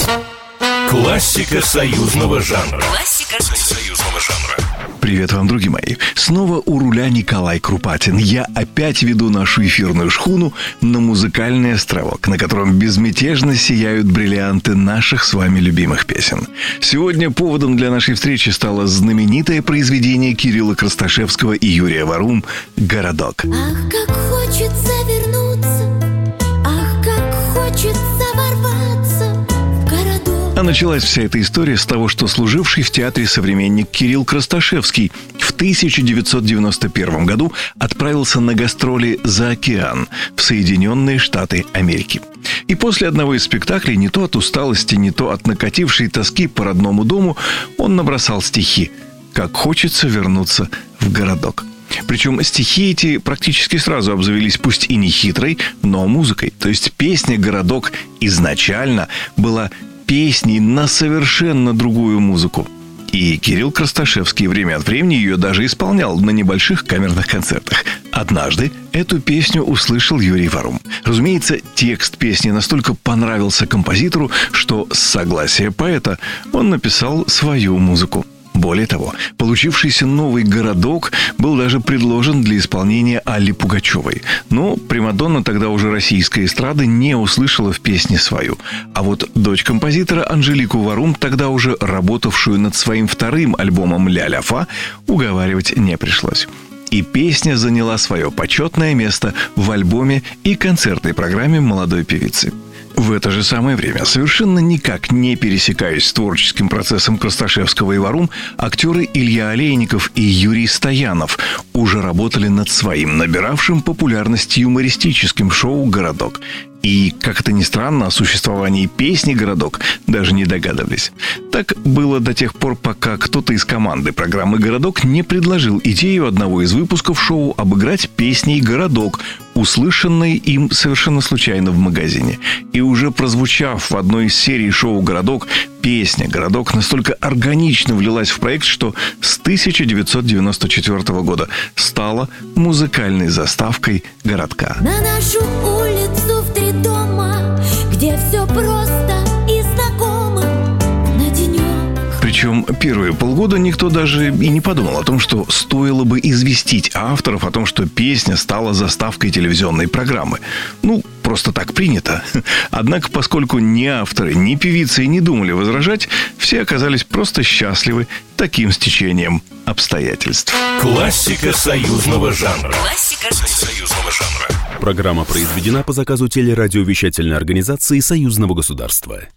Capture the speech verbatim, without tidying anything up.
Классика союзного жанра. Классика союзного жанра. Привет вам, друзья мои. Снова у руля Николай Крупатин. Я опять веду нашу эфирную шхуну на музыкальный островок, на котором безмятежно сияют бриллианты наших с вами любимых песен. Сегодня поводом для нашей встречи стало знаменитое произведение Кирилла Красташевского и Юрия Варум «Городок». Ах, как хочется вернуться, ах, как хочется ворваться в городок. А началась вся эта история с того, что служивший в театре современник Кирилл Красташевский в тысяча девятьсот девяносто первом году отправился на гастроли за океан в Соединенные Штаты Америки. И после одного из спектаклей, не то от усталости, не то от накатившей тоски по родному дому, он набросал стихи «Как хочется вернуться в городок». Причем стихи эти практически сразу обзавелись пусть и не хитрой, но музыкой. То есть песня «Городок» изначально была песней на совершенно другую музыку. И Кирилл Красташевский время от времени ее даже исполнял на небольших камерных концертах. Однажды эту песню услышал Юрий Варум. Разумеется, текст песни настолько понравился композитору, что с согласия поэта он написал свою музыку. Более того, получившийся новый «Городок» был даже предложен для исполнения Алле Пугачевой. Но примадонна тогда уже российской эстрады не услышала в песне свою. А вот дочь композитора Анжелику Варум, тогда уже работавшую над своим вторым альбомом «Ля-ля-фа», уговаривать не пришлось. И песня заняла свое почетное место в альбоме и концертной программе молодой певицы. В это же самое время, совершенно никак не пересекаясь с творческим процессом Красташевского и Варум, актеры Илья Олейников и Юрий Стоянов уже работали над своим, набиравшим популярность юмористическим шоу «Городок». И, как это ни странно, о существовании песни «Городок» даже не догадывались. Так было до тех пор, пока кто-то из команды программы «Городок» не предложил идею одного из выпусков шоу обыграть песней «Городок», услышанной им совершенно случайно в магазине. И уже прозвучав в одной из серий шоу «Городок», песня «Городок» настолько органично влилась в проект, что с тысяча девятьсот девяносто четвёртого года стала музыкальной заставкой «Городка». На нашу улицу в три дома, где все просто и знакомо на денек. Причем первые полгода никто даже и не подумал о том, что стоило бы известить авторов о том, что песня стала заставкой телевизионной программы. Ну, просто так принято. Однако, поскольку ни авторы, ни певицы не думали возражать, все оказались просто счастливы таким стечением обстоятельств. Классика союзного жанра. Классика союзного жанра. Программа произведена по заказу телерадиовещательной организации Союзного государства.